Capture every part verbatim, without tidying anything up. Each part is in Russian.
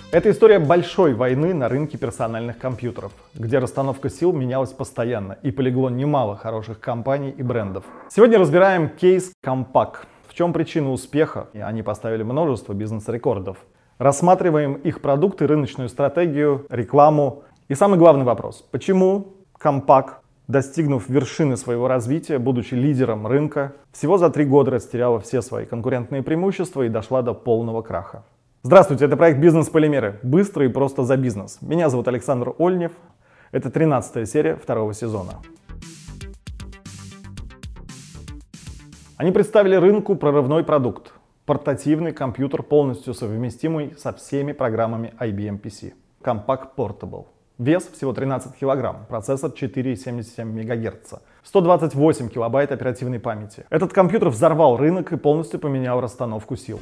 Это история большой войны на рынке персональных компьютеров, где расстановка сил менялась постоянно и полегло немало хороших компаний и брендов. Сегодня разбираем кейс Compaq. В чем причина успеха? Они поставили множество бизнес-рекордов. Рассматриваем их продукты, рыночную стратегию, рекламу. И самый главный вопрос. Почему Compaq, достигнув вершины своего развития, будучи лидером рынка, всего за три года растеряла все свои конкурентные преимущества и дошла до полного краха? Здравствуйте, это проект «Бизнес-полимеры». Быстро и просто за бизнес. Меня зовут Александр Ольнев. Это тринадцатая серия второго сезона. Они представили рынку прорывной продукт. Портативный компьютер, полностью совместимый со всеми программами ай би эм пи си. Compaq Portable. Вес всего тринадцать килограмм, процессор четыре целых семьдесят семь сотых мегагерца, сто двадцать восемь килобайт оперативной памяти. Этот компьютер взорвал рынок и полностью поменял расстановку сил.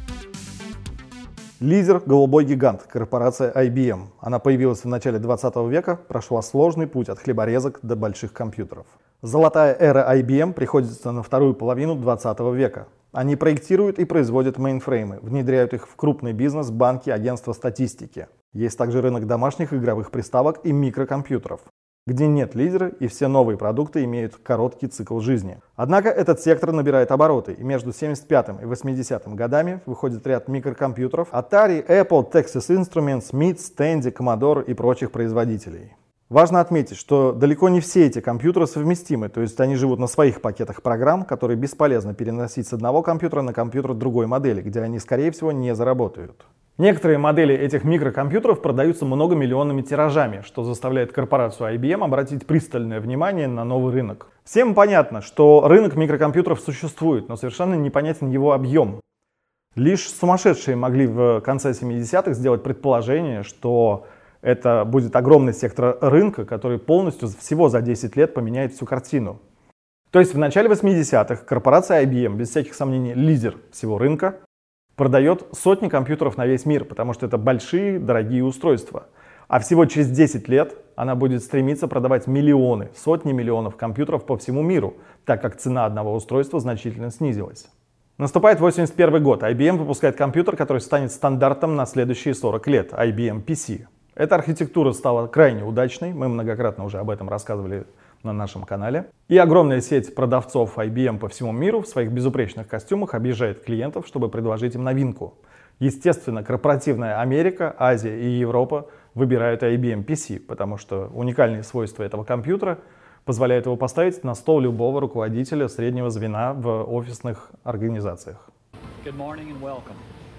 Лидер — голубой гигант, корпорация ай би эм. Она появилась в начале двадцатого века, прошла сложный путь от хлеборезок до больших компьютеров. Золотая эра ай би эм приходится на вторую половину двадцатого века. Они проектируют и производят мейнфреймы, внедряют их в крупный бизнес, банки, агентства статистики. Есть также рынок домашних игровых приставок и микрокомпьютеров, где нет лидера и все новые продукты имеют короткий цикл жизни. Однако этот сектор набирает обороты, и между семьдесят пятым и восьмидесятым годами выходит ряд микрокомпьютеров Atari, Apple, Texas Instruments, эм ай ти, Tandy, Commodore и прочих производителей. Важно отметить, что далеко не все эти компьютеры совместимы, то есть они живут на своих пакетах программ, которые бесполезно переносить с одного компьютера на компьютер другой модели, где они, скорее всего, не заработают. Некоторые модели этих микрокомпьютеров продаются многомиллионными тиражами, что заставляет корпорацию ай би эм обратить пристальное внимание на новый рынок. Всем понятно, что рынок микрокомпьютеров существует, но совершенно непонятен его объем. Лишь сумасшедшие могли в конце семидесятых сделать предположение, что это будет огромный сектор рынка, который полностью всего за десять лет поменяет всю картину. То есть в начале восьмидесятых корпорация ай би эм, без всяких сомнений лидер всего рынка, продает сотни компьютеров на весь мир, потому что это большие, дорогие устройства. А всего через десять лет она будет стремиться продавать миллионы, сотни миллионов компьютеров по всему миру, так как цена одного устройства значительно снизилась. Наступает восемьдесят первый год. ай би эм выпускает компьютер, который станет стандартом на следующие сорок лет. ай би эм пи си. Эта архитектура стала крайне удачной. Мы многократно уже об этом рассказывали на нашем канале. И огромная сеть продавцов ай би эм по всему миру в своих безупречных костюмах объезжает клиентов, чтобы предложить им новинку. Естественно, корпоративная Америка, Азия и Европа выбирают ай би эм пи си, потому что уникальные свойства этого компьютера позволяют его поставить на стол любого руководителя среднего звена в офисных организациях. Good morning and welcome.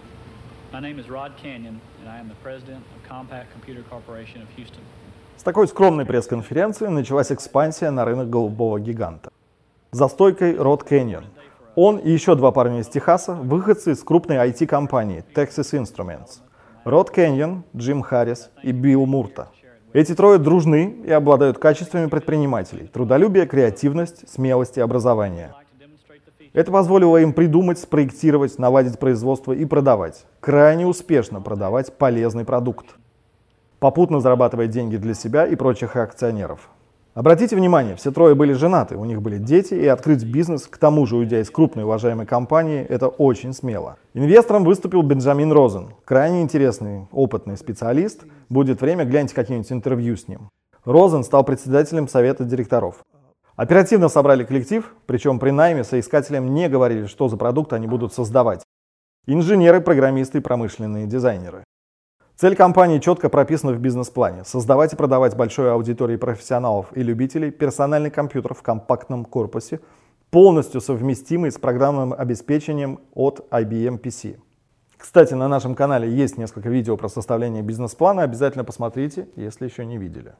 My name is Rod Kenyon, and I am the president of Compaq Computer Corporation of Houston. С такой скромной пресс-конференции началась экспансия на рынок голубого гиганта. За стойкой Род Kenyon. Он и еще два парня из Техаса, выходцы из крупной ай ти-компании Texas Instruments. Род Kenyon, Джим Харрис и Билл Мурта. Эти трое дружны и обладают качествами предпринимателей: трудолюбие, креативность, смелость и образование. Это позволило им придумать, спроектировать, наладить производство и продавать. Крайне успешно продавать полезный продукт, попутно зарабатывая деньги для себя и прочих акционеров. Обратите внимание, все трое были женаты, у них были дети, и открыть бизнес, к тому же уйдя из крупной уважаемой компании, это очень смело. Инвестором выступил Бенджамин Розен, крайне интересный, опытный специалист. Будет время, гляньте какие-нибудь интервью с ним. Розен стал председателем совета директоров. Оперативно собрали коллектив, причем при найме соискателям не говорили, что за продукт они будут создавать. Инженеры, программисты и промышленные дизайнеры. Цель компании четко прописана в бизнес-плане: создавать и продавать большой аудитории профессионалов и любителей персональный компьютер в компактном корпусе, полностью совместимый с программным обеспечением от ай би эм пи си. Кстати, на нашем канале есть несколько видео про составление бизнес-плана, обязательно посмотрите, если еще не видели.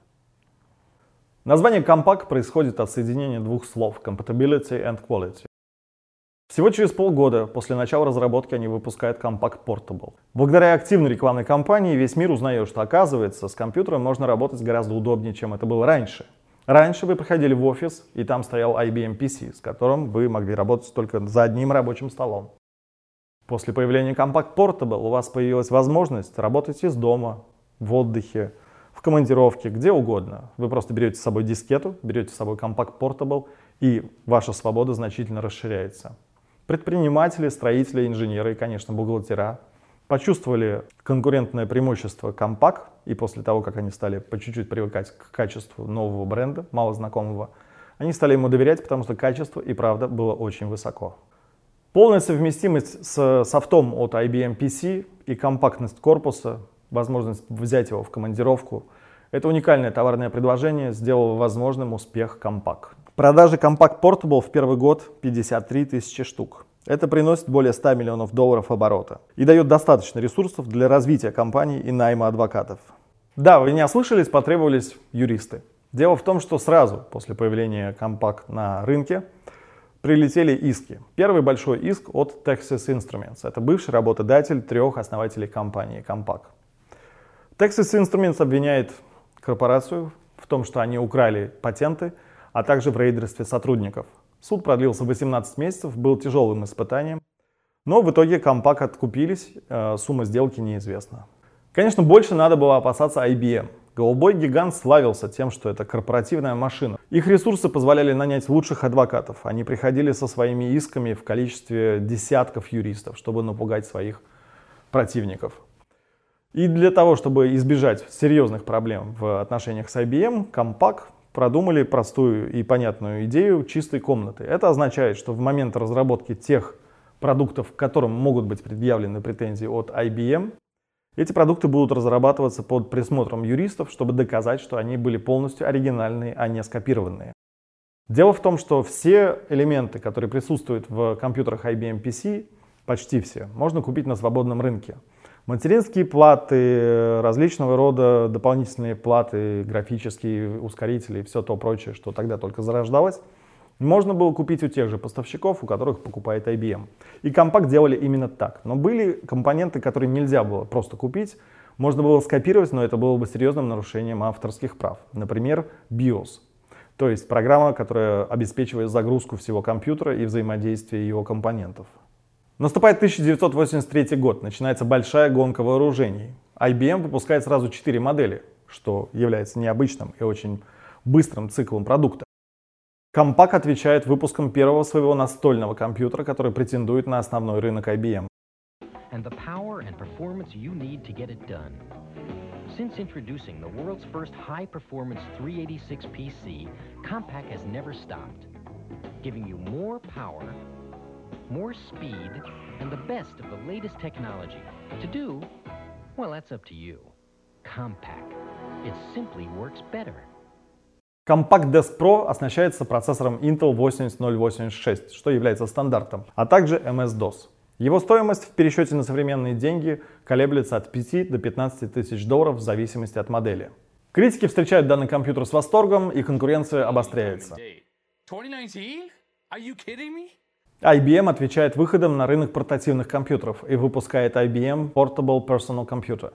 Название Compaq происходит от соединения двух слов — compatibility and quality. Всего через полгода после начала разработки они выпускают Compaq Portable. Благодаря активной рекламной кампании весь мир узнает, что, оказывается, с компьютером можно работать гораздо удобнее, чем это было раньше. Раньше вы приходили в офис, и там стоял ай би эм пи си, с которым вы могли работать только за одним рабочим столом. После появления Compaq Portable у вас появилась возможность работать из дома, в отдыхе, в командировке, где угодно. Вы просто берете с собой дискету, берете с собой Compaq Portable, и ваша свобода значительно расширяется. Предприниматели, строители, инженеры и, конечно, бухгалтера почувствовали конкурентное преимущество Compaq, и после того, как они стали по чуть-чуть привыкать к качеству нового бренда, малознакомого, они стали ему доверять, потому что качество и правда было очень высоко. Полная совместимость с софтом от ай би эм пи си и компактность корпуса, возможность взять его в командировку, это уникальное товарное предложение сделало возможным успех Compaq. Продажи Compaq Portable в первый год пятьдесят три тысячи штук. Это приносит более ста миллионов долларов оборота и дает достаточно ресурсов для развития компании и найма адвокатов. Да, вы не ослышались, потребовались юристы. Дело в том, что сразу после появления Compaq на рынке прилетели иски. Первый большой иск от Texas Instruments. Это бывший работодатель трех основателей компании Compaq. Texas Instruments обвиняет корпорацию в том, что они украли патенты, а также в рейдерстве сотрудников. Суд продлился восемнадцать месяцев, был тяжелым испытанием, но в итоге Compaq откупились, э, сумма сделки неизвестна. Конечно, больше надо было опасаться ай би эм. Голубой гигант славился тем, что это корпоративная машина. Их ресурсы позволяли нанять лучших адвокатов. Они приходили со своими исками в количестве десятков юристов, чтобы напугать своих противников. И для того, чтобы избежать серьезных проблем в отношениях с ай би эм, Compaq продумали простую и понятную идею чистой комнаты. Это означает, что в момент разработки тех продуктов, к которым могут быть предъявлены претензии от ай би эм, эти продукты будут разрабатываться под присмотром юристов, чтобы доказать, что они были полностью оригинальные, а не скопированные. Дело в том, что все элементы, которые присутствуют в компьютерах ай би эм пи си, почти все, можно купить на свободном рынке. Материнские платы, различного рода дополнительные платы, графические ускорители и все то прочее, что тогда только зарождалось, можно было купить у тех же поставщиков, у которых покупает ай би эм. И Compaq делали именно так. Но были компоненты, которые нельзя было просто купить. Можно было скопировать, но это было бы серьезным нарушением авторских прав. Например, биос. То есть программа, которая обеспечивает загрузку всего компьютера и взаимодействие его компонентов. Наступает тысяча девятьсот восемьдесят третий год, начинается большая гонка вооружений. ай би эм выпускает сразу четыре модели, что является необычным и очень быстрым циклом продукта. Compaq отвечает выпуском первого своего настольного компьютера, который претендует на основной рынок ай би эм. And the power and performance you need to get it done. Since introducing the world's first high-performance three eighty-six пи си, Compaq has never stopped, giving you more power, more speed, and the best of the latest technology. To do, well, that's up to you. Compaq. It simply works better. Compaq Desk Pro оснащается процессором Intel восемьдесят ноль восемьдесят шесть, что является стандартом, а также эм эс дос. Его стоимость в пересчете на современные деньги колеблется от пяти до пятнадцати тысяч долларов в зависимости от модели. Критики встречают данный компьютер с восторгом, и конкуренция обостряется. ай би эм отвечает выходом на рынок портативных компьютеров и выпускает ай би эм Portable Personal Computer.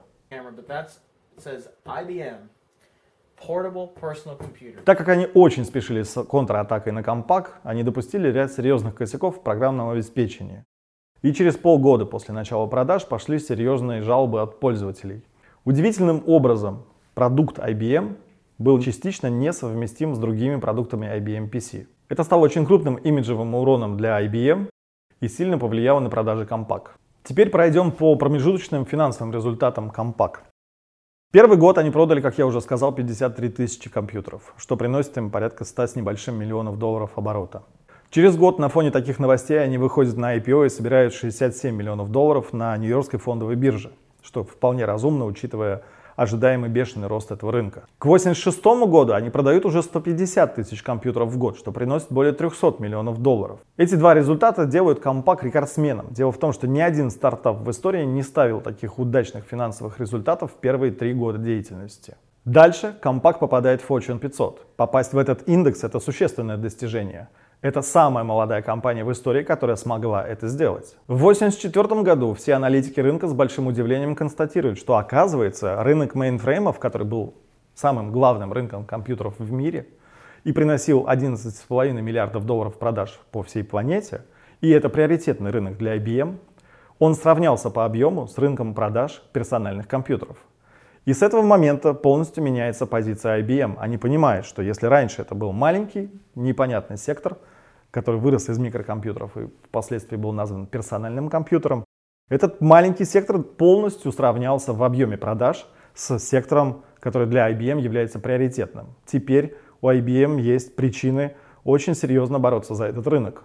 Так как они очень спешили с контратакой на Compaq, они допустили ряд серьезных косяков в программном обеспечении. И через полгода после начала продаж пошли серьезные жалобы от пользователей. Удивительным образом продукт ай би эм был частично несовместим с другими продуктами ай би эм пи си. Это стало очень крупным имиджевым уроном для ай би эм и сильно повлияло на продажи Compaq. Теперь пройдем по промежуточным финансовым результатам Compaq. Первый год они продали, как я уже сказал, пятьдесят три тысячи компьютеров, что приносит им порядка ста с небольшим миллионов долларов оборота. Через год на фоне таких новостей они выходят на ай пи о и собирают шестьдесят семь миллионов долларов на Нью-Йоркской фондовой бирже, что вполне разумно, учитывая ожидаемый бешеный рост этого рынка. К восемьдесят шестому году они продают уже сто пятьдесят тысяч компьютеров в год, что приносит более трёхсот миллионов долларов. Эти два результата делают Compaq рекордсменом. Дело в том, что ни один стартап в истории не ставил таких удачных финансовых результатов в первые три года деятельности. Дальше Compaq попадает в Fortune пятьсот. Попасть в этот индекс — это существенное достижение. Это самая молодая компания в истории, которая смогла это сделать. В восемьдесят четвёртом году все аналитики рынка с большим удивлением констатируют, что оказывается рынок мейнфреймов, который был самым главным рынком компьютеров в мире и приносил одиннадцать целых пять десятых миллиардов долларов продаж по всей планете, и это приоритетный рынок для ай би эм, он сравнялся по объему с рынком продаж персональных компьютеров. И с этого момента полностью меняется позиция ай би эм. Они понимают, что если раньше это был маленький, непонятный сектор, который вырос из микрокомпьютеров и впоследствии был назван персональным компьютером, Этот маленький сектор полностью сравнялся в объеме продаж с сектором, который для ай би эм является приоритетным. Теперь у ай би эм есть причины очень серьезно бороться за этот рынок.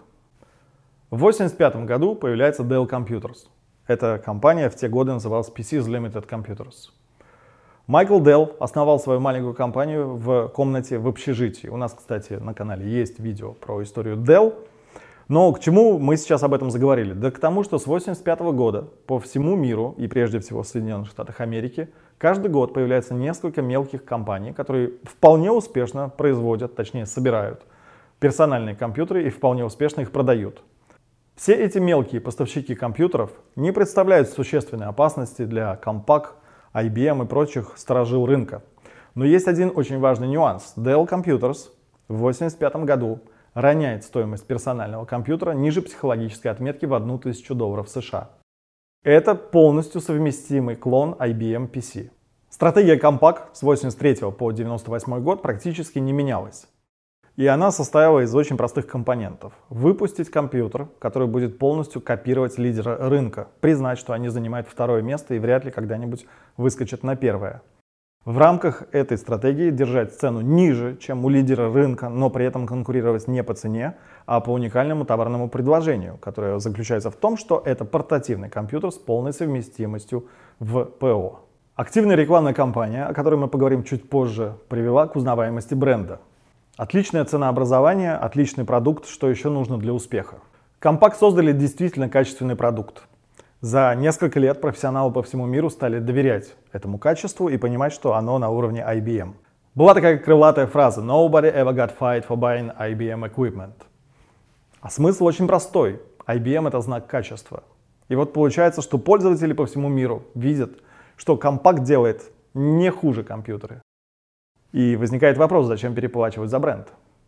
В восемьдесят пятом году появляется Dell Computers. Эта компания в те годы называлась пи си Limited Computers. Майкл Делл основал свою маленькую компанию в комнате в общежитии. У нас, кстати, на канале есть видео про историю Dell. Но к чему мы сейчас об этом заговорили? Да к тому, что с восемьдесят пятого года по всему миру, и прежде всего в Соединенных Штатах Америки, каждый год появляется несколько мелких компаний, которые вполне успешно производят, точнее собирают персональные компьютеры и вполне успешно их продают. Все эти мелкие поставщики компьютеров не представляют существенной опасности для Compaq, ай би эм и прочих сторожил рынка. Но есть один очень важный нюанс. Dell Computers в восемьдесят пятом году роняет стоимость персонального компьютера ниже психологической отметки в одну тысячу долларов США. Это полностью совместимый клон ай би эм пи си. Стратегия Compaq с восемьдесят третьего по девяносто восьмой год практически не менялась. И она состояла из очень простых компонентов. Выпустить компьютер, который будет полностью копировать лидера рынка, признать, что они занимают второе место и вряд ли когда-нибудь выскочат на первое. В рамках этой стратегии держать цену ниже, чем у лидера рынка, но при этом конкурировать не по цене, а по уникальному товарному предложению, которое заключается в том, что это портативный компьютер с полной совместимостью в ПО. Активная рекламная кампания, о которой мы поговорим чуть позже, привела к узнаваемости бренда. Отличное ценообразование, отличный продукт, что еще нужно для успеха. Compaq создали действительно качественный продукт. За несколько лет профессионалы по всему миру стали доверять этому качеству и понимать, что оно на уровне ай би эм. Была такая крылатая фраза «Nobody ever got fired for buying ай би эм equipment». А смысл очень простой. ай би эм — это знак качества. И вот получается, что пользователи по всему миру видят, что Compaq делает не хуже компьютеры. И возникает вопрос, зачем переплачивать за бренд?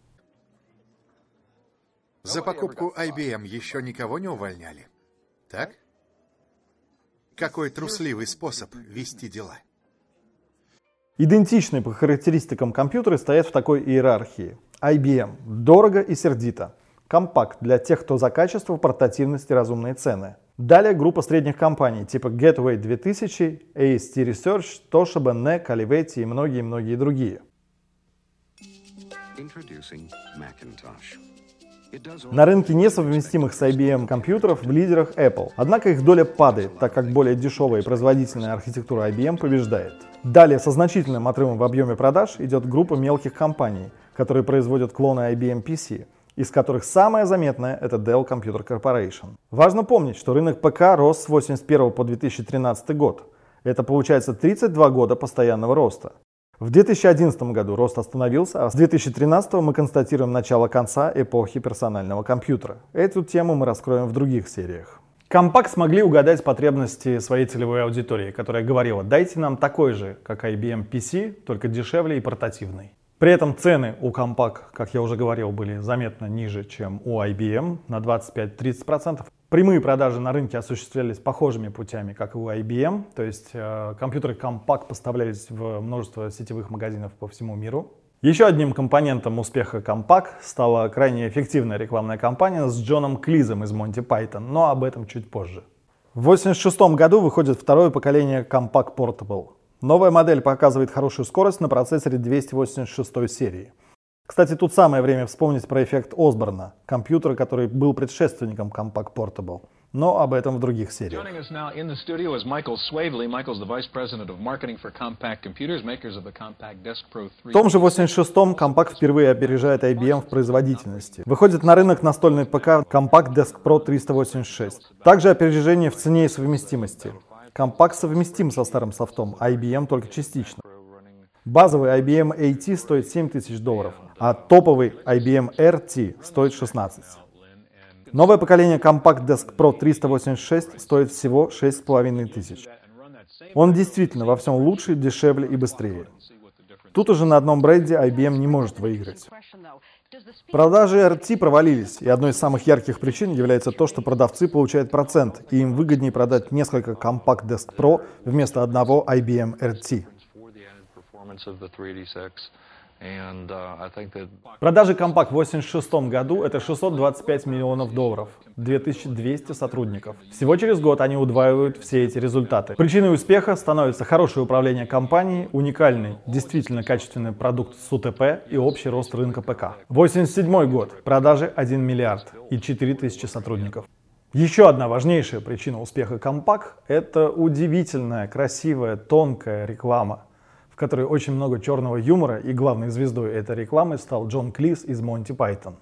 За покупку ай би эм еще никого не увольняли, так? Какой трусливый способ вести дела. Идентичные по характеристикам компьютеры стоят в такой иерархии. ай би эм – дорого и сердито. Compaq – для тех, кто за качество, портативность и разумные цены. Далее группа средних компаний типа Gateway две тысячи, эй эс ти Research, Toshiba, эн и си, Olivetti и многие-многие другие. На рынке несовместимых с ай би эм компьютеров в лидерах Apple. Однако их доля падает, так как более дешевая и производительная архитектура ай би эм побеждает. Далее со значительным отрывом в объеме продаж идет группа мелких компаний, которые производят клоны ай би эм пи си, из которых самая заметная — это Dell Computer Corporation. Важно помнить, что рынок ПК рос с восемьдесят первого по две тысячи тринадцатый год. Это получается тридцать два года постоянного роста. В две тысячи одиннадцатом году рост остановился, а с две тысячи тринадцатого мы констатируем начало конца эпохи персонального компьютера. Эту тему мы раскроем в других сериях. Compaq смогли угадать потребности своей целевой аудитории, которая говорила: дайте нам такой же, как ай би эм пи си, только дешевле и портативный. При этом цены у Compaq, как я уже говорил, были заметно ниже, чем у ай би эм, на двадцать пять — тридцать процентов. Прямые продажи на рынке осуществлялись похожими путями, как и у ай би эм, то есть э, компьютеры Compaq поставлялись в множество сетевых магазинов по всему миру. Еще одним компонентом успеха Compaq стала крайне эффективная рекламная кампания с Джоном Клизом из Monty Python, но об этом чуть позже. В восемьдесят шестом году выходит второе поколение Compaq Portable. Новая модель показывает хорошую скорость на процессоре двести восемьдесят шестой серии. Кстати, тут самое время вспомнить про эффект Осборна, компьютер, который был предшественником Compaq Portable. Но об этом в других сериях. В том же восемьдесят шестом Compaq впервые опережает ай би эм в производительности. Выходит на рынок настольный ПК Compaq Desk Pro триста восемьдесят шесть. Также опережение в цене и совместимости. Compaq совместим со старым софтом, ай би эм только частично. Базовый ай би эм эй ти стоит семь тысяч долларов, а топовый ай би эм эр ти стоит шестнадцать. Новое поколение Compaq Desk Pro триста восемьдесят шесть стоит всего шесть с половиной тысяч. Он действительно во всем лучше, дешевле и быстрее. Тут уже на одном бренде ай би эм не может выиграть. Продажи эр ти провалились, и одной из самых ярких причин является то, что продавцы получают процент, и им выгоднее продать несколько Compaq Desk Pro вместо одного ай би эм эр ти. Продажи Compaq в восемьдесят шестом году — это шестьсот двадцать пять миллионов долларов, две тысячи двести сотрудников. Всего через год они удваивают все эти результаты. Причиной успеха становится хорошее управление компанией, уникальный, действительно качественный продукт с УТП и общий рост рынка ПК. восемьдесят седьмой год. Продажи один миллиард и четыре тысячи сотрудников. Еще одна важнейшая причина успеха Compaq — это удивительная, красивая, тонкая реклама, в которой очень много черного юмора, и главной звездой этой рекламы стал Джон Клис из Монти Пайтон.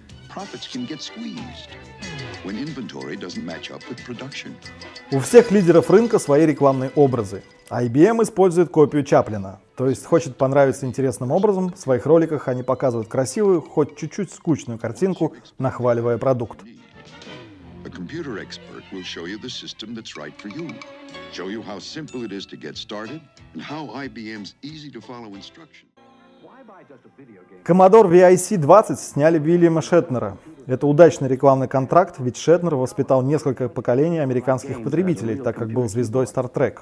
У всех лидеров рынка свои рекламные образы. ай би эм использует копию Чаплина, то есть хочет понравиться интересным образом, в своих роликах они показывают красивую, хоть чуть-чуть скучную картинку, нахваливая продукт. A computer expert will show you the system that's right for you. Show you how simple it is to get started and how ай би эм's easy to follow instructions. Commodore ви ай си двадцать сняли Вильяма Шетнера. Это удачный рекламный контракт, ведь Шетнер воспитал несколько поколений американских потребителей, так как был звездой Star Trek.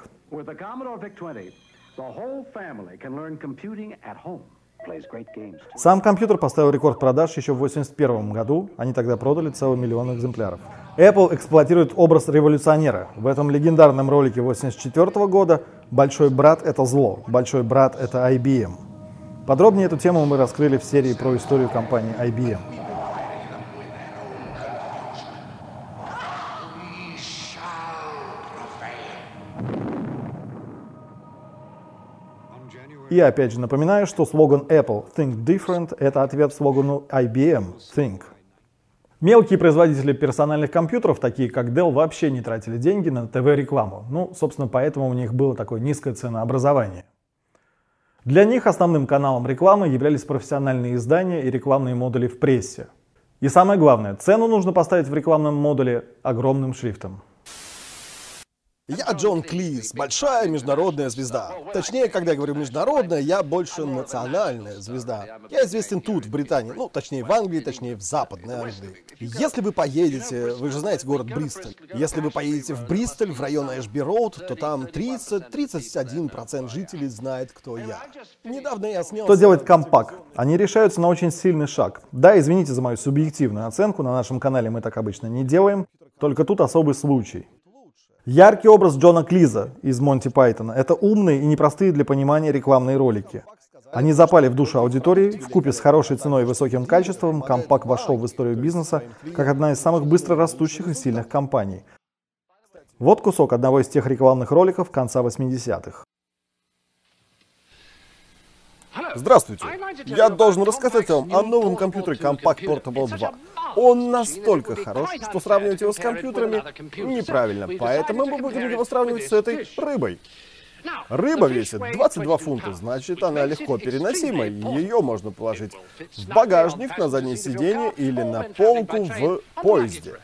Сам компьютер поставил рекорд продаж еще в восемьдесят первом году, они тогда продали целый миллион экземпляров. Apple эксплуатирует образ революционера. В этом легендарном ролике восемьдесят четвёртого года «Большой брат — это зло», «Большой брат — это ай би эм». Подробнее эту тему мы раскрыли в серии про историю компании ай би эм. И опять же напоминаю, что слоган Apple Think Different — это ответ слогану ай би эм Think. Мелкие производители персональных компьютеров, такие как Dell, вообще не тратили деньги на ТВ-рекламу. Ну, собственно, поэтому у них было такое низкое ценообразование. Для них основным каналом рекламы являлись профессиональные издания и рекламные модули в прессе. И самое главное, цену нужно поставить в рекламном модуле огромным шрифтом. Я Джон Клис, большая международная звезда. Точнее, когда я говорю международная, я больше национальная звезда. Я известен тут, в Британии, ну, точнее, в Англии, точнее, в Западной Англии. Если вы поедете, вы же знаете город Бристоль. Если вы поедете в Бристоль, в район Эшби-Роуд, то там тридцать — тридцать один процент жителей знает, кто я. Недавно я снял... Что делает Compaq? Они решаются на очень сильный шаг. Да, извините за мою субъективную оценку, на нашем канале мы так обычно не делаем, только тут особый случай. Яркий образ Джона Клиза из Монти Пайтона — это умные и непростые для понимания рекламные ролики. Они запали в душу аудитории, вкупе с хорошей ценой и высоким качеством Compaq вошел в историю бизнеса как одна из самых быстро растущих и сильных компаний. Вот кусок одного из тех рекламных роликов конца восьмидесятых. Здравствуйте. Я должен рассказать вам о новом компьютере Compaq Portable два. Он настолько хорош, что сравнивать его с компьютерами неправильно, поэтому мы будем его сравнивать с этой рыбой. Рыба весит двадцать два фунта, значит, она легко переносима. Ее можно положить в багажник, на заднее сиденье или на полку в поезде.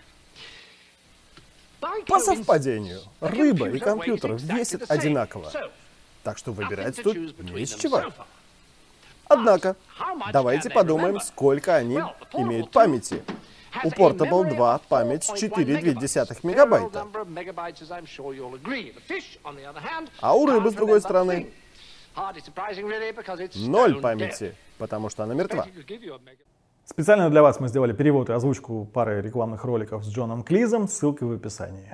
По совпадению, рыба и компьютер весят одинаково, так что выбирать тут не из чего. Однако, давайте подумаем, сколько они имеют памяти. У Portable два память четыре целых две десятых мегабайта. А у рыбы, с другой стороны, ноль памяти, потому что она мертва. Специально для вас мы сделали перевод и озвучку пары рекламных роликов с Джоном Клизом, ссылка в описании.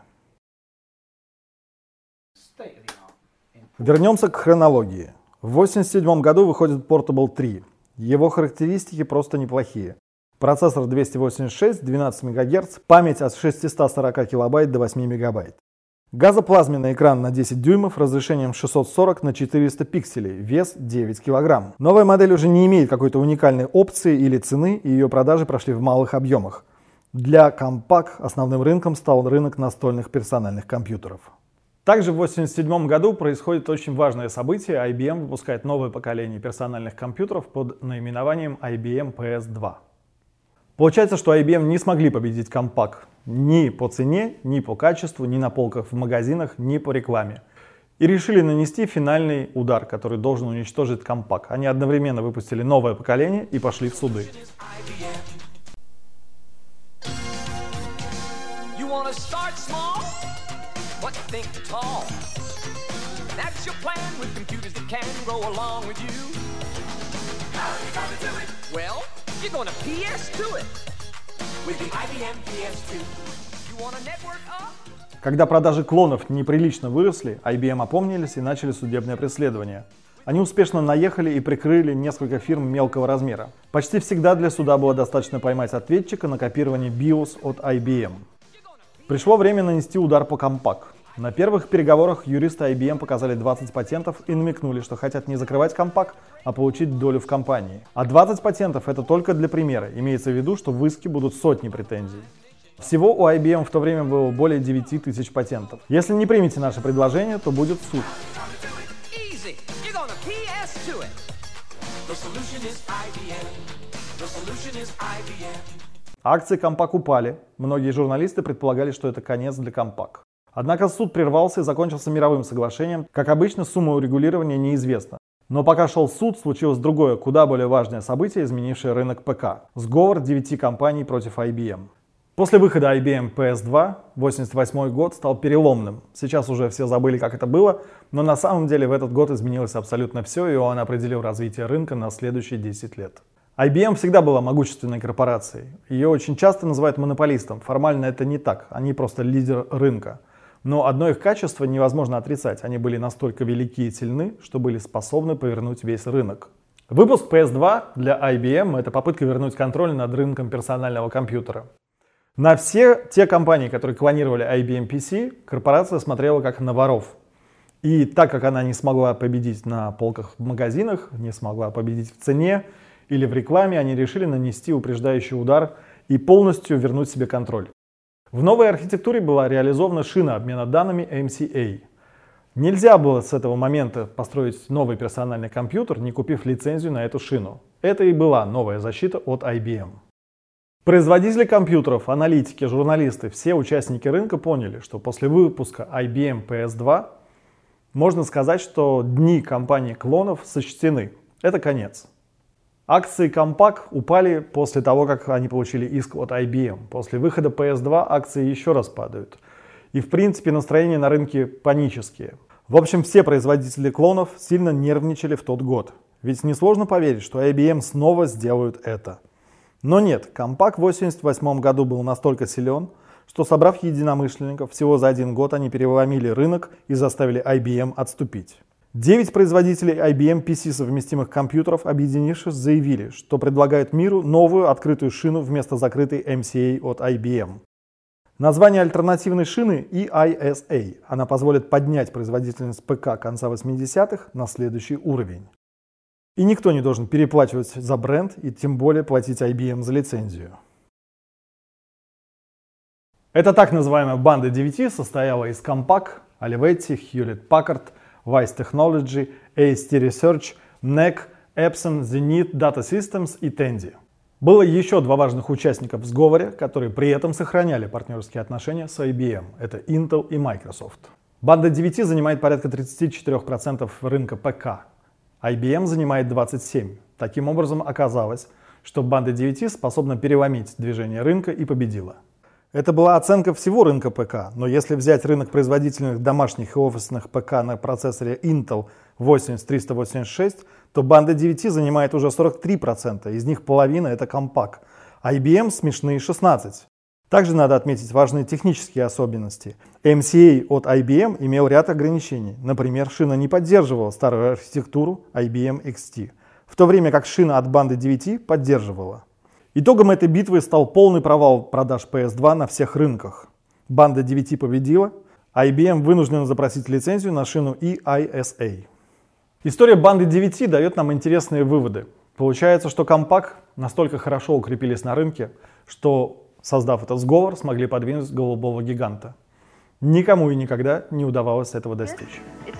Вернемся к хронологии. В восемьдесят седьмом году выходит Portable три. Его характеристики просто неплохие. Процессор двести восемьдесят шесть, двенадцать мегагерц, память от шестисот сорока килобайт до восьми мегабайт. Газоплазменный экран на десять дюймов, разрешением шестьсот сорок на четыреста пикселей, вес девять килограмм. Новая модель уже не имеет какой-то уникальной опции или цены, и ее продажи прошли в малых объемах. Для Compaq основным рынком стал рынок настольных персональных компьютеров. Также в восемьдесят седьмом году происходит очень важное событие. ай би эм выпускает новое поколение персональных компьютеров под наименованием ай би эм пи эс два. Получается, что ай би эм не смогли победить Compaq ни по цене, ни по качеству, ни на полках в магазинах, ни по рекламе. И решили нанести финальный удар, который должен уничтожить Compaq. Они одновременно выпустили новое поколение и пошли в суды. But think tall. That's your plan with computers that can grow along with you. Well, you're going to P S to it. With the I B M P S two. You want a network up? Когда продажи клонов неприлично выросли, ай би эм опомнились и начали судебное преследование. Они успешно наехали и прикрыли несколько фирм мелкого размера. Почти всегда для суда было достаточно поймать ответчика на копирование биос от ай би эм. Пришло время нанести удар по Compaq. На первых переговорах юристы ай би эм показали двадцать патентов и намекнули, что хотят не закрывать Compaq, а получить долю в компании. А двадцать патентов это только для примера, имеется в виду, что в иске будут сотни претензий. Всего у ай би эм в то время было более девяти тысяч патентов. Если не примете наше предложение, то будет суд. Акции Compaq упали. Многие журналисты предполагали, что это конец для Compaq. Однако суд прервался и закончился мировым соглашением. Как обычно, сумма урегулирования неизвестна. Но пока шел суд, случилось другое, куда более важное событие, изменившее рынок ПК. Сговор девяти компаний против ай би эм. После выхода ай би эм пи эс два восемьдесят восьмой год стал переломным. Сейчас уже все забыли, как это было, но на самом деле в этот год изменилось абсолютно все, и он определил развитие рынка на следующие десять лет. ай би эм всегда была могущественной корпорацией. Ее очень часто называют монополистом. Формально это не так, они просто лидер рынка. Но одно их качество невозможно отрицать. Они были настолько велики и сильны, что были способны повернуть весь рынок. Выпуск пи эс два для ай би эм — это попытка вернуть контроль над рынком персонального компьютера. На все те компании, которые клонировали ай би эм пи си, корпорация смотрела как на воров. И так как она не смогла победить на полках в магазинах, не смогла победить в цене или в рекламе, они решили нанести упреждающий удар и полностью вернуть себе контроль. В новой архитектуре была реализована шина обмена данными эм си эй. Нельзя было с этого момента построить новый персональный компьютер, не купив лицензию на эту шину. Это и была новая защита от ай би эм. Производители компьютеров, аналитики, журналисты, все участники рынка поняли, что после выпуска ай би эм пи эс два можно сказать, что дни компании клонов сочтены. Это конец. Акции Compaq упали после того, как они получили иск от ай би эм. После выхода пи эс два акции еще раз падают. И в принципе настроения на рынке панические. В общем, все производители клонов сильно нервничали в тот год. Ведь несложно поверить, что ай би эм снова сделают это. Но нет, Compaq в восемьдесят восьмом году был настолько силен, что, собрав единомышленников, всего за один год они переломили рынок и заставили ай би эм отступить. Девять производителей ай би эм пи си совместимых компьютеров, объединившись, заявили, что предлагают миру новую открытую шину вместо закрытой эм си эй от ай би эм. Название альтернативной шины и ай эс эй. Она позволит поднять производительность ПК конца восьмидесятых на следующий уровень. И никто не должен переплачивать за бренд и тем более платить ай би эм за лицензию. Эта так называемая банда девяти состояла из Compaq, Olivetti, Hewlett-Packard, Weiss Technology, эй эс ти Research, эн и си, Epson, Zenith Data Systems и Tandy. Было еще два важных участника в сговоре, которые при этом сохраняли партнерские отношения с ай би эм. Это Intel и Microsoft. Банда девяти занимает порядка тридцать четыре процента рынка ПК. ай би эм занимает двадцать семь процентов. Таким образом, оказалось, что банда девяти способна переломить движение рынка и победила. Это была оценка всего рынка ПК, но если взять рынок производительных домашних и офисных ПК на процессоре Intel восемьдесят триста восемьдесят шесть, то банда девяти занимает уже сорок три процента, из них половина это Compaq. ай би эм смешные шестнадцать процентов. Также надо отметить важные технические особенности. эм си эй от ай би эм имел ряд ограничений. Например, шина не поддерживала старую архитектуру ай би эм икс ти, в то время как шина от банды девяти поддерживала. Итогом этой битвы стал полный провал продаж пи эс два на всех рынках. Банда девяти победила, ай би эм вынуждена запросить лицензию на шину и ай эс эй. История банды девяти дает нам интересные выводы. Получается, что Compaq настолько хорошо укрепились на рынке, что, создав этот сговор, смогли подвинуть голубого гиганта. Никому и никогда не удавалось этого достичь.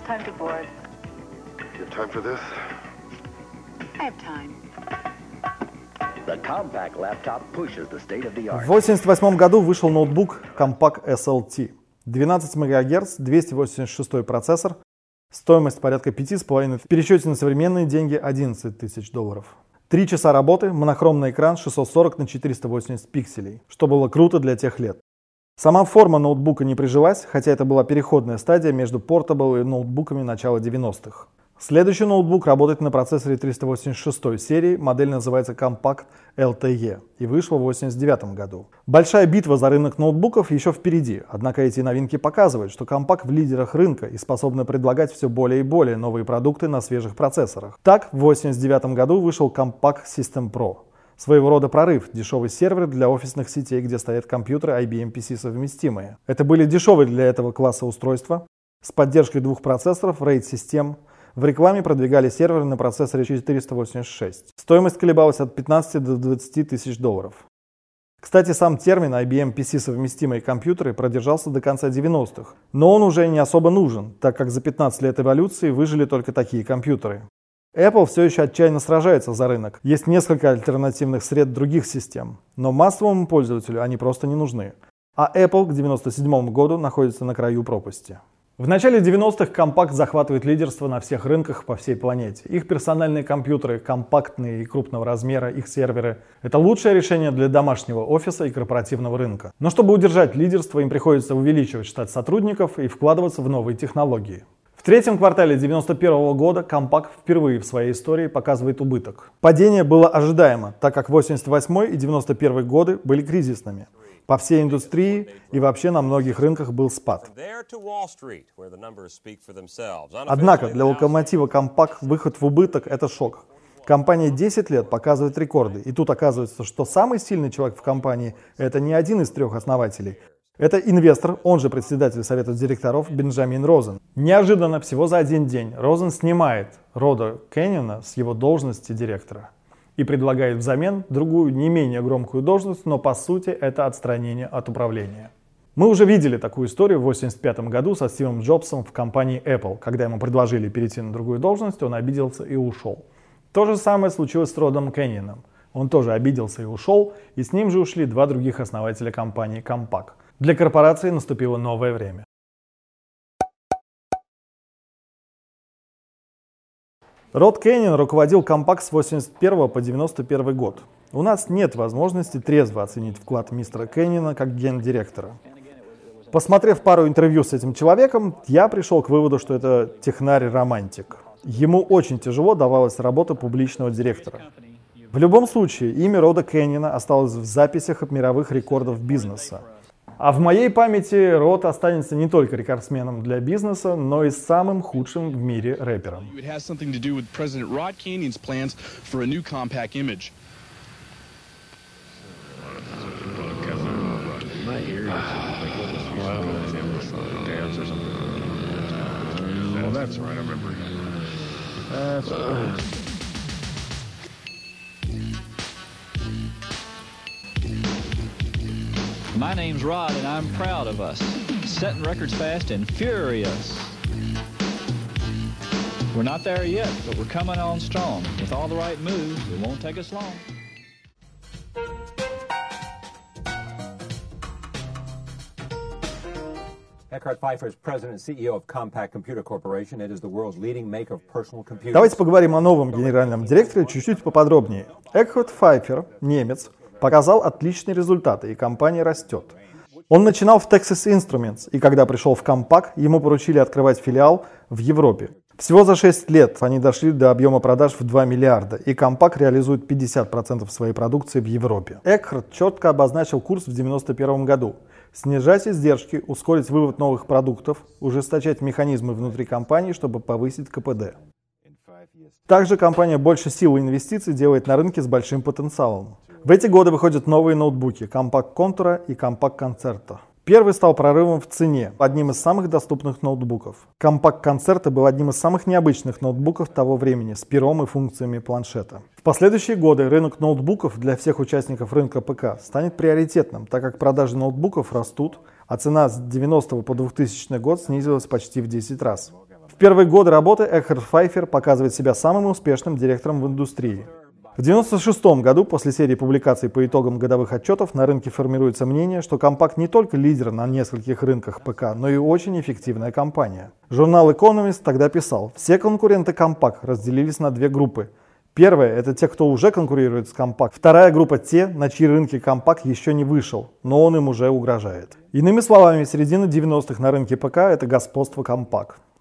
В восемьдесят восьмом году вышел ноутбук Compaq эс эл ти. двенадцать мегагерц, двести восемьдесят шестой процессор, стоимость порядка пяти с половиной, в пересчете на современные деньги одиннадцать тысяч долларов. Три часа работы, монохромный экран шестьсот сорок на четыреста восемьдесят пикселей, что было круто для тех лет. Сама форма ноутбука не прижилась, хотя это была переходная стадия между Portable и ноутбуками начала девяностых. Следующий ноутбук работает на процессоре триста восемьдесят шестой серии, модель называется Compact эл ти и и вышла в восемьдесят девятом году. Большая битва за рынок ноутбуков еще впереди, однако эти новинки показывают, что Compaq в лидерах рынка и способна предлагать все более и более новые продукты на свежих процессорах. Так, в восемьдесят девятом году вышел Compaq System Pro. Своего рода прорыв, дешевый сервер для офисных сетей, где стоят компьютеры ай би эм пи си совместимые. Это были дешевые для этого класса устройства с поддержкой двух процессоров, RAID-систем. В рекламе продвигали серверы на процессоре четыреста восемьдесят шесть. Стоимость колебалась от пятнадцати до двадцати тысяч долларов. Кстати, сам термин ай би эм пи си совместимые компьютеры продержался до конца девяностых, но он уже не особо нужен, так как за пятнадцать лет эволюции выжили только такие компьютеры. Apple все еще отчаянно сражается за рынок. Есть несколько альтернативных сред других систем, но массовому пользователю они просто не нужны. А Apple к девяносто седьмому году находится на краю пропасти. В начале девяностых Compaq захватывает лидерство на всех рынках по всей планете. Их персональные компьютеры, компактные и крупного размера, их серверы – это лучшее решение для домашнего офиса и корпоративного рынка. Но чтобы удержать лидерство, им приходится увеличивать штат сотрудников и вкладываться в новые технологии. В третьем квартале девяносто первого года Compaq впервые в своей истории показывает убыток. Падение было ожидаемо, так как восемьдесят восьмой и девяносто первый годы были кризисными. По всей индустрии и вообще на многих рынках был спад. Однако для локомотива Compaq выход в убыток – это шок. Компания десять лет показывает рекорды, и тут оказывается, что самый сильный человек в компании – это не один из трех основателей. Это инвестор, он же председатель совета директоров Бенджамин Розен. Неожиданно, всего за один день, Розен снимает Рода Кенниона с его должности директора и предлагает взамен другую, не менее громкую должность, но по сути это отстранение от управления. Мы уже видели такую историю в восемьдесят пятом году со Стивом Джобсом в компании Apple. Когда ему предложили перейти на другую должность, он обиделся и ушел. То же самое случилось с Родом Кеннионом. Он тоже обиделся и ушел, и с ним же ушли два других основателя компании Compaq. Для корпорации наступило новое время. Род Кеннион руководил Compaq с восемьдесят первого по девяносто первый год. У нас нет возможности трезво оценить вклад мистера Кенниона как гендиректора. Посмотрев пару интервью с этим человеком, я пришел к выводу, что это технарь-романтик. Ему очень тяжело давалась работа публичного директора. В любом случае, имя Рода Кенниона осталось в записях мировых рекордов бизнеса. А в моей памяти Род останется не только рекордсменом для бизнеса, но и самым худшим в мире рэпером. My name's Rod, and I'm proud of us. Setting records fast and furious. We're not there yet, but we're coming on strong. With all the right moves, it won't take us long. Eckhart Pfeiffer is president and си и о of Compaq Computer Corporation. It is the world's leading maker of personal computers. Давайте поговорим о новом генеральном директоре чуть-чуть поподробнее. Экхарт Пфайфер, немец, показал отличные результаты, и компания растет. Он начинал в Texas Instruments, и когда пришел в Compaq, ему поручили открывать филиал в Европе. Всего за шесть лет они дошли до объема продаж в два миллиарда, и Compaq реализует пятьдесят процентов своей продукции в Европе. Экхарт четко обозначил курс в девяносто первом году. Снижать издержки, ускорить вывод новых продуктов, ужесточать механизмы внутри компании, чтобы повысить ка пэ дэ. Также компания больше сил и инвестиций делает на рынке с большим потенциалом. В эти годы выходят новые ноутбуки Compaq Contour и Compaq Concerto. Первый стал прорывом в цене, одним из самых доступных ноутбуков. Compaq Concerto был одним из самых необычных ноутбуков того времени, с пером и функциями планшета. В последующие годы рынок ноутбуков для всех участников рынка ПК станет приоритетным, так как продажи ноутбуков растут, а цена с девяностого по двухтысячный год снизилась почти в десять раз. В первые годы работы Экхарт Пфайфер показывает себя самым успешным директором в индустрии. В девяносто шестом году, после серии публикаций по итогам годовых отчетов, на рынке формируется мнение, что Compaq не только лидер на нескольких рынках ПК, но и очень эффективная компания. Журнал Economist тогда писал: все конкуренты Compaq разделились на две группы. Первая – это те, кто уже конкурирует с Compaq. Вторая группа – те, на чьи рынки Compaq еще не вышел, но он им уже угрожает. Иными словами, середина девяностых на рынке ПК – это господство Compaq.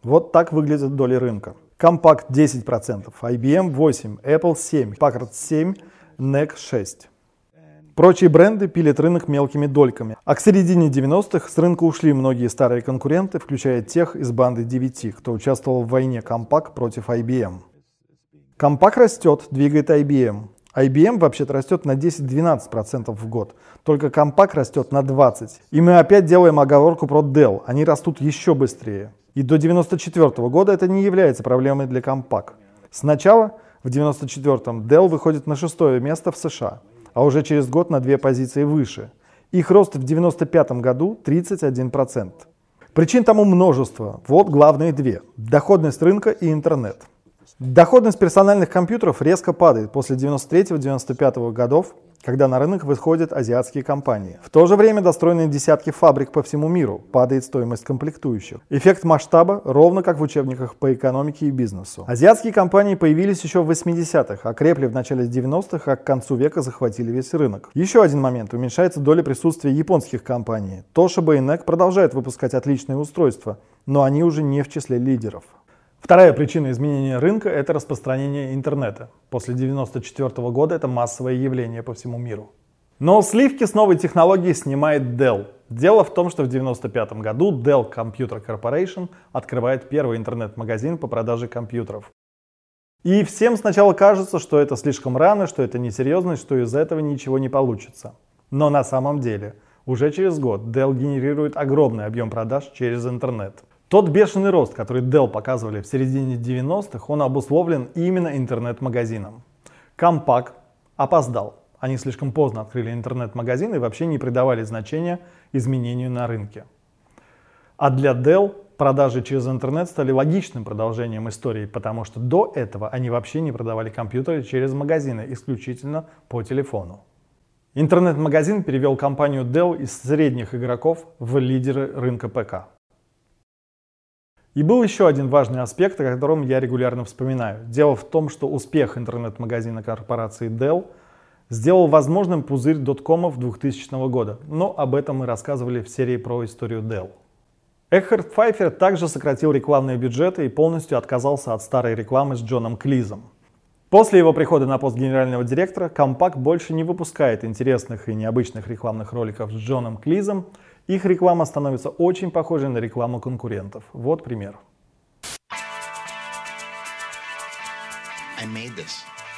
Вот так выглядят доли рынка. Compaq десять процентов, ай би эм восемь процентов, Apple семь процентов, Packard семь процентов, нэк шесть процентов. Прочие бренды пилят рынок мелкими дольками. А к середине девяностых с рынка ушли многие старые конкуренты, включая тех из банды ди ви ти, кто участвовал в войне Compaq против ай би эм. Compaq растет, двигает ай би эм. ай би эм вообще-то растет на десять-двенадцать процентов в год. Только Compaq растет на двадцать процентов. И мы опять делаем оговорку про Dell. Они растут еще быстрее. И до девяносто четвёртого года это не является проблемой для Compaq. Сначала, в девяносто четвёртом, Dell выходит на шестое место в США, а уже через год на две позиции выше. Их рост в девяносто пятом году тридцать один процент. Причин тому множество. Вот главные две. Доходность рынка и интернет. Доходность персональных компьютеров резко падает после девяносто третьего — девяносто пятого годов, когда на рынок выходят азиатские компании. В то же время достроены десятки фабрик по всему миру, падает стоимость комплектующих. Эффект масштаба ровно как в учебниках по экономике и бизнесу. Азиатские компании появились еще в восьмидесятых, окрепли в начале девяностых, а к концу века захватили весь рынок. Еще один момент. Уменьшается доля присутствия японских компаний. Toshiba и нэк продолжают выпускать отличные устройства, но они уже не в числе лидеров. Вторая причина изменения рынка – это распространение интернета. После девяносто четвёртого года это массовое явление по всему миру. Но сливки с новой технологией снимает Dell. Дело в том, что в девяносто пятом году Dell Computer Corporation открывает первый интернет-магазин по продаже компьютеров. И всем сначала кажется, что это слишком рано, что это несерьезно, что из этого ничего не получится. Но на самом деле уже через год Dell генерирует огромный объем продаж через интернет. Тот бешеный рост, который Dell показывали в середине девяностых, он обусловлен именно интернет-магазином. Compaq опоздал. Они слишком поздно открыли интернет-магазин и вообще не придавали значения изменению на рынке. А для Dell продажи через интернет стали логичным продолжением истории, потому что до этого они вообще не продавали компьютеры через магазины, исключительно по телефону. Интернет-магазин перевел компанию Dell из средних игроков в лидеры рынка ПК. И был еще один важный аспект, о котором я регулярно вспоминаю. Дело в том, что успех интернет-магазина корпорации Dell сделал возможным пузырь доткомов двухтысячного года, но об этом мы рассказывали в серии про историю Dell. Экхард Пфайфер также сократил рекламные бюджеты и полностью отказался от старой рекламы с Джоном Клизом. После его прихода на пост генерального директора Compaq больше не выпускает интересных и необычных рекламных роликов с Джоном Клизом. Их реклама становится очень похожей на рекламу конкурентов. Вот пример. I made this.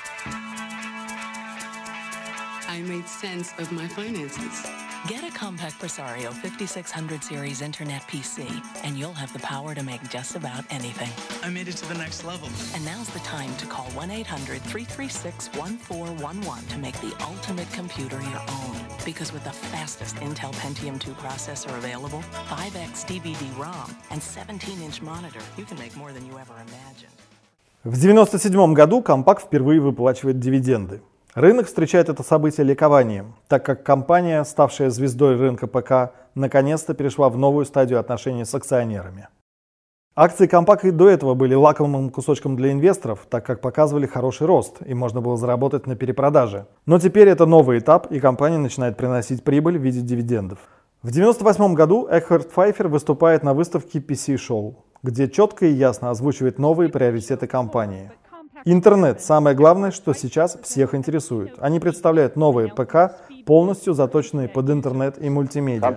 I made sense of my finances. Get a Compaq Presario fifty-six hundred series Internet P C, and you'll have the power to make just about anything. I made it to the next level. And now's the time to call one eight hundred, three three six, one four one one to make the ultimate computer your own. Because with the fastest Intel Pentium two processor available, five X D V D ROM, and seventeen inch monitor, you can make more than you ever imagined. В девяносто седьмом году Compaq впервые выплачивает дивиденды. Рынок встречает это событие ликованием, так как компания, ставшая звездой рынка ПК, наконец-то перешла в новую стадию отношений с акционерами. Акции Compaq и до этого были лакомым кусочком для инвесторов, так как показывали хороший рост и можно было заработать на перепродаже. Но теперь это новый этап, и компания начинает приносить прибыль в виде дивидендов. В девяносто восьмом году Экхард Пфайфер выступает на выставке пи си Show, где четко и ясно озвучивает новые приоритеты компании. Интернет – самое главное, что сейчас всех интересует. Они представляют новые ПК, полностью заточенные под интернет и мультимедиа.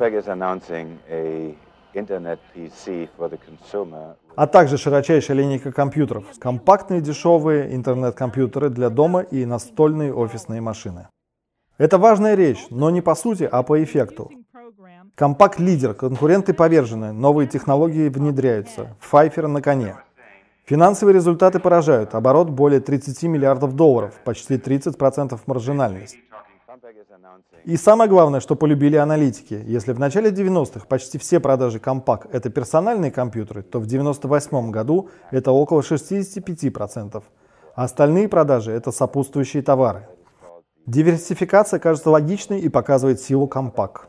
А также широчайшая линейка компьютеров, компактные дешевые интернет-компьютеры для дома и настольные офисные машины. Это важная речь, но не по сути, а по эффекту. Compaq лидер, конкуренты повержены, новые технологии внедряются, Пфайфер на коне. Финансовые результаты поражают, оборот более тридцати миллиардов долларов, почти тридцать процентов маржинальность. И самое главное, что полюбили аналитики. Если в начале девяностых почти все продажи Compaq это персональные компьютеры, то в девяносто восьмом году это около шестидесяти пяти процентов. А остальные продажи это сопутствующие товары. Диверсификация кажется логичной и показывает силу Compaq.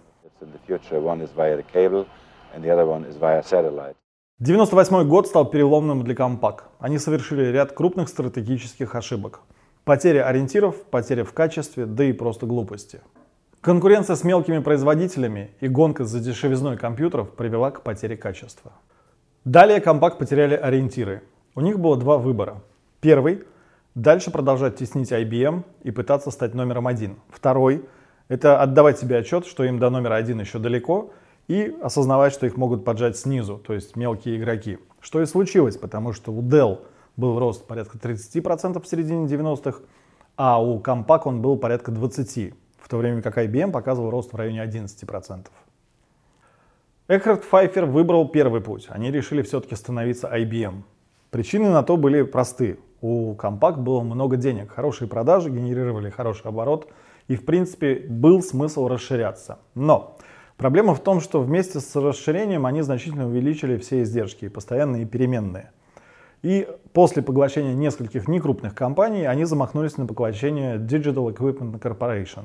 девяносто восьмой год стал переломным для Compaq. Они совершили ряд крупных стратегических ошибок. Потеря ориентиров, потеря в качестве, да и просто глупости. Конкуренция с мелкими производителями и гонка за дешевизной компьютеров привела к потере качества. Далее Compaq потеряли ориентиры. У них было два выбора. Первый – дальше продолжать теснить ай би эм и пытаться стать номером один. Второй – это отдавать себе отчет, что им до номера один еще далеко, и осознавать, что их могут поджать снизу, то есть мелкие игроки. Что и случилось, потому что у Dell был рост порядка тридцать процентов в середине девяностых, а у Compaq он был порядка двадцати процентов, в то время как ай би эм показывал рост в районе одиннадцати процентов. Экхард Пфайфер выбрал первый путь. Они решили все-таки становиться ай би эм. Причины на то были просты. У Compaq было много денег, хорошие продажи, генерировали хороший оборот, и в принципе был смысл расширяться. Но проблема в том, что вместе с расширением они значительно увеличили все издержки, постоянные и переменные. И после поглощения нескольких некрупных компаний они замахнулись на поглощение Digital Equipment Corporation.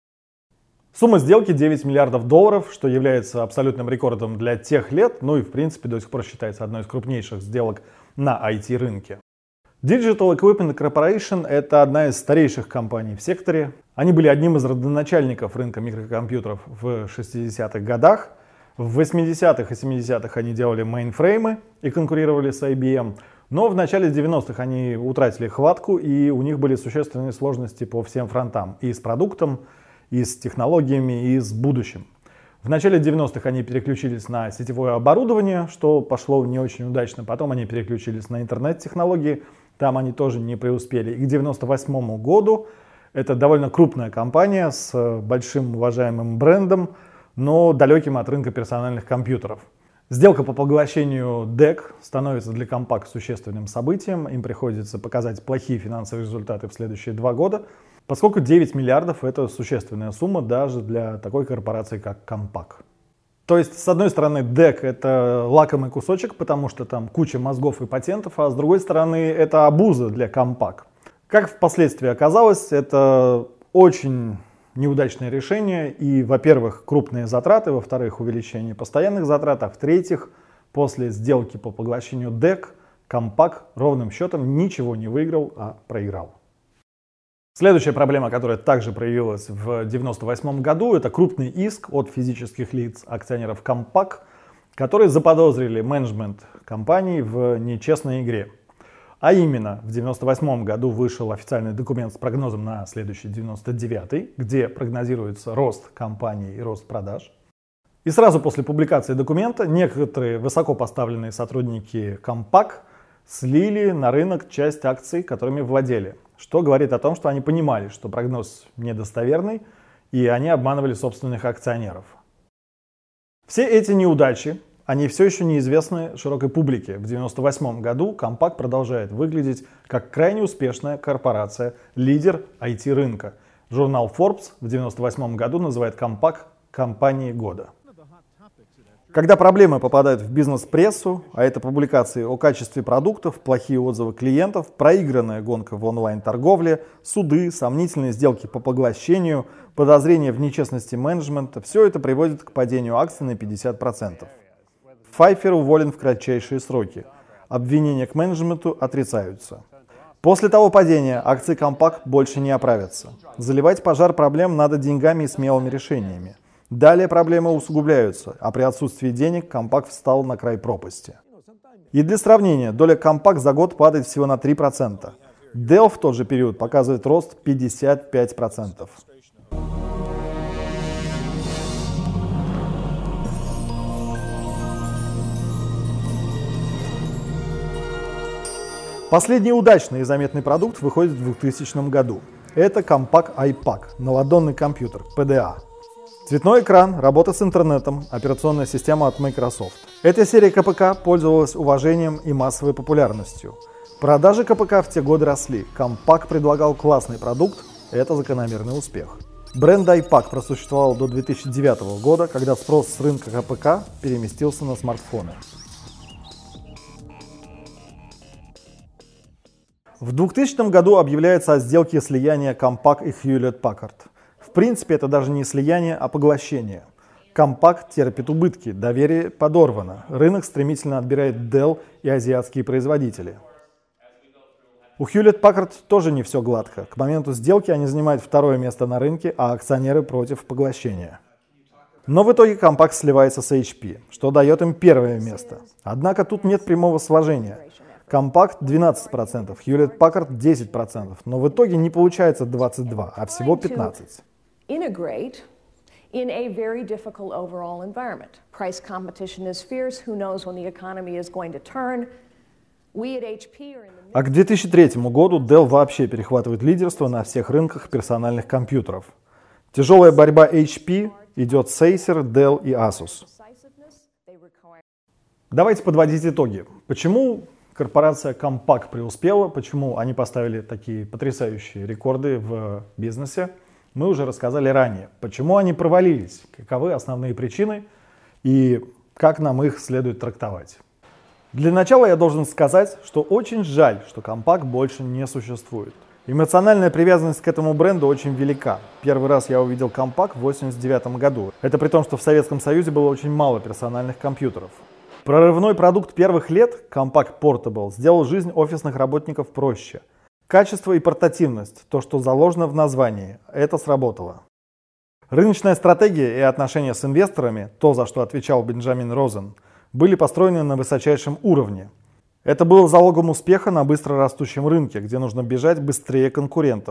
Сумма сделки девять миллиардов долларов, что является абсолютным рекордом для тех лет, ну и в принципе до сих пор считается одной из крупнейших сделок на ай ти-рынке. Digital Equipment Corporation – это одна из старейших компаний в секторе. Они были одним из родоначальников рынка микрокомпьютеров в шестидесятых годах. В восьмидесятых и семидесятых они делали мейнфреймы и конкурировали с ай би эм. Но в начале девяностых они утратили хватку, и у них были существенные сложности по всем фронтам. И с продуктом, и с технологиями, и с будущим. В начале девяностых они переключились на сетевое оборудование, что пошло не очень удачно. Потом они переключились на интернет-технологии, там они тоже не преуспели. И к девяносто восьмому году это довольно крупная компания с большим уважаемым брендом, но далеким от рынка персональных компьютеров. Сделка по поглощению ди и си становится для Compaq существенным событием. Им приходится показать плохие финансовые результаты в следующие два года, поскольку девять миллиардов – это существенная сумма даже для такой корпорации, как Compaq. То есть, с одной стороны, ди и си – это лакомый кусочек, потому что там куча мозгов и патентов, а с другой стороны, это обуза для Compaq. Как впоследствии оказалось, это очень неудачное решение. И, во-первых, крупные затраты, во-вторых, увеличение постоянных затрат, а в-третьих, после сделки по поглощению ди и си, Compaq ровным счетом ничего не выиграл, а проиграл. Следующая проблема, которая также проявилась в девяносто восьмом году, это крупный иск от физических лиц, акционеров Compaq, которые заподозрили менеджмент компании в нечестной игре. А именно, в девяносто восьмом году вышел официальный документ с прогнозом на следующий девяносто девятый, где прогнозируется рост компании и рост продаж. И сразу после публикации документа некоторые высокопоставленные сотрудники Compaq слили на рынок часть акций, которыми владели, что говорит о том, что они понимали, что прогноз недостоверный, и они обманывали собственных акционеров. Все эти неудачи, они все еще неизвестны широкой публике. В девяносто восьмом году Compaq продолжает выглядеть как крайне успешная корпорация, лидер ай ти-рынка. Журнал Forbes в девяносто восьмом году называет Compaq компанией года. Когда проблемы попадают в бизнес-прессу, а это публикации о качестве продуктов, плохие отзывы клиентов, проигранная гонка в онлайн-торговле, суды, сомнительные сделки по поглощению, подозрения в нечестности менеджмента, все это приводит к падению акций на пятьдесят процентов. Пфайфер уволен в кратчайшие сроки. Обвинения к менеджменту отрицаются. После того падения акции Compaq больше не оправятся. Заливать пожар проблем надо деньгами и смелыми решениями. Далее проблемы усугубляются, а при отсутствии денег Compaq встал на край пропасти. И для сравнения, доля Compaq за год падает всего на три процента. Dell в тот же период показывает рост пятьдесят пять процентов. Последний удачный и заметный продукт выходит в двухтысячном году. Это Compaq iPAQ, наладонный компьютер, пи ди эй. Цветной экран, работа с интернетом, операционная система от Microsoft. Эта серия ка пэ ка пользовалась уважением и массовой популярностью. Продажи ка пэ ка в те годы росли. Compaq предлагал классный продукт, это закономерный успех. Бренд iPAQ просуществовал до две тысячи девятого года, когда спрос с рынка ка пэ ка переместился на смартфоны. В двухтысячном году объявляется о сделке слияния Compaq и Hewlett-Packard. В принципе, это даже не слияние, а поглощение. Compaq терпит убытки, доверие подорвано, рынок стремительно отбирает Dell и азиатские производители. У Hewlett-Packard тоже не все гладко. К моменту сделки они занимают второе место на рынке, а акционеры против поглощения. Но в итоге Compaq сливается с эйч пи, что дает им первое место. Однако тут нет прямого сложения. Compaq двенадцать процентов, Hewlett-Packard десять процентов, но в итоге не получается двадцать два, а всего пятнадцать. In a very difficult overall environment. Price competition is fierce. Who knows when the economy is going to turn? We at эйч пи are in the... А к две тысячи третьему году Dell вообще перехватывает лидерство на всех рынках персональных компьютеров. Тяжелая борьба эйч пи идет с Acer, Dell и Asus. Давайте подводить итоги. Почему корпорация Compaq преуспела, почему они поставили такие потрясающие рекорды в бизнесе, мы уже рассказали ранее. Почему они провалились, каковы основные причины и как нам их следует трактовать. Для начала я должен сказать, что очень жаль, что Compaq больше не существует. Эмоциональная привязанность к этому бренду очень велика. Первый раз я увидел Compaq в восемьдесят девятом году. Это при том, что в Советском Союзе было очень мало персональных компьютеров. Прорывной продукт первых лет, Compaq Portable, сделал жизнь офисных работников проще. Качество и портативность, то, что заложено в названии, это сработало. Рыночная стратегия и отношения с инвесторами, то, за что отвечал Бенджамин Розен, были построены на высочайшем уровне. Это было залогом успеха на быстро растущем рынке, где нужно бежать быстрее конкурентов.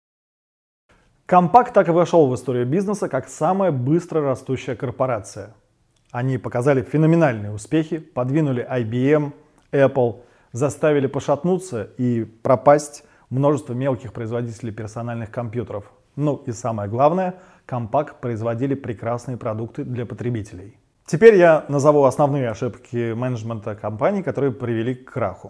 Compaq так и вошел в историю бизнеса как самая быстро растущая корпорация. Они показали феноменальные успехи, подвинули ай би эм, Apple, заставили пошатнуться и пропасть множество мелких производителей персональных компьютеров. Ну и самое главное, Compaq производили прекрасные продукты для потребителей. Теперь я назову основные ошибки менеджмента компании, которые привели к краху.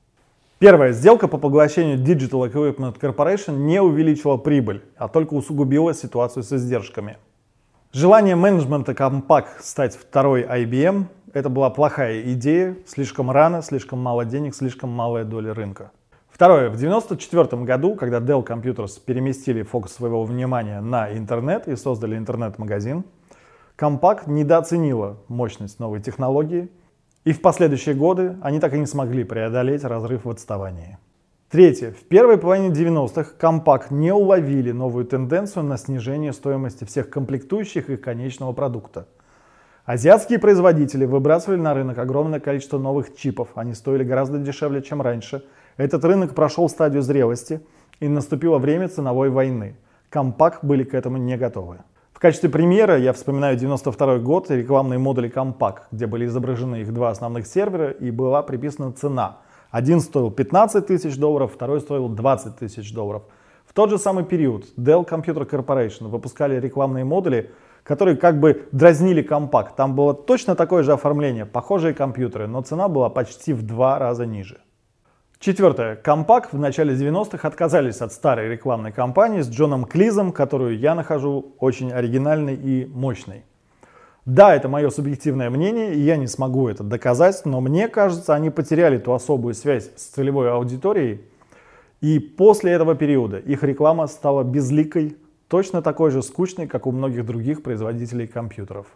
Первая сделка по поглощению Digital Equipment Corporation не увеличила прибыль, а только усугубила ситуацию с издержками. Желание менеджмента Compaq стать второй ай би эм – это была плохая идея, слишком рано, слишком мало денег, слишком малая доля рынка. Второе. В девяносто четвёртом году, когда Dell Computers переместили фокус своего внимания на интернет и создали интернет-магазин, Compaq недооценила мощность новой технологии, и в последующие годы они так и не смогли преодолеть разрыв в отставании. Третье. В первой половине девяностых Compaq не уловили новую тенденцию на снижение стоимости всех комплектующих и конечного продукта. Азиатские производители выбрасывали на рынок огромное количество новых чипов, они стоили гораздо дешевле, чем раньше. Этот рынок прошел стадию зрелости, и наступило время ценовой войны. Compaq были к этому не готовы. В качестве примера я вспоминаю девяносто второй год и рекламные модули Compaq, где были изображены их два основных сервера и была приписана цена. Один стоил пятнадцать тысяч долларов, второй стоил двадцать тысяч долларов. В тот же самый период Dell Computer Corporation выпускали рекламные модули, которые как бы дразнили Compaq. Там было точно такое же оформление, похожие компьютеры, но цена была почти в два раза ниже. Четвертое. Compaq в начале девяностых отказались от старой рекламной кампании с Джоном Клизом, которую я нахожу очень оригинальной и мощной. Да, это мое субъективное мнение, и я не смогу это доказать, но мне кажется, они потеряли ту особую связь с целевой аудиторией, и после этого периода их реклама стала безликой, точно такой же скучной, как у многих других производителей компьютеров.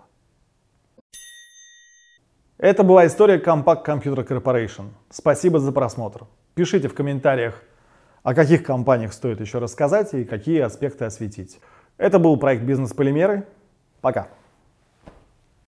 Это была история Compaq Computer Corporation. Спасибо за просмотр. Пишите в комментариях, о каких компаниях стоит еще рассказать и какие аспекты осветить. Это был проект «Бизнес-полимеры». Пока.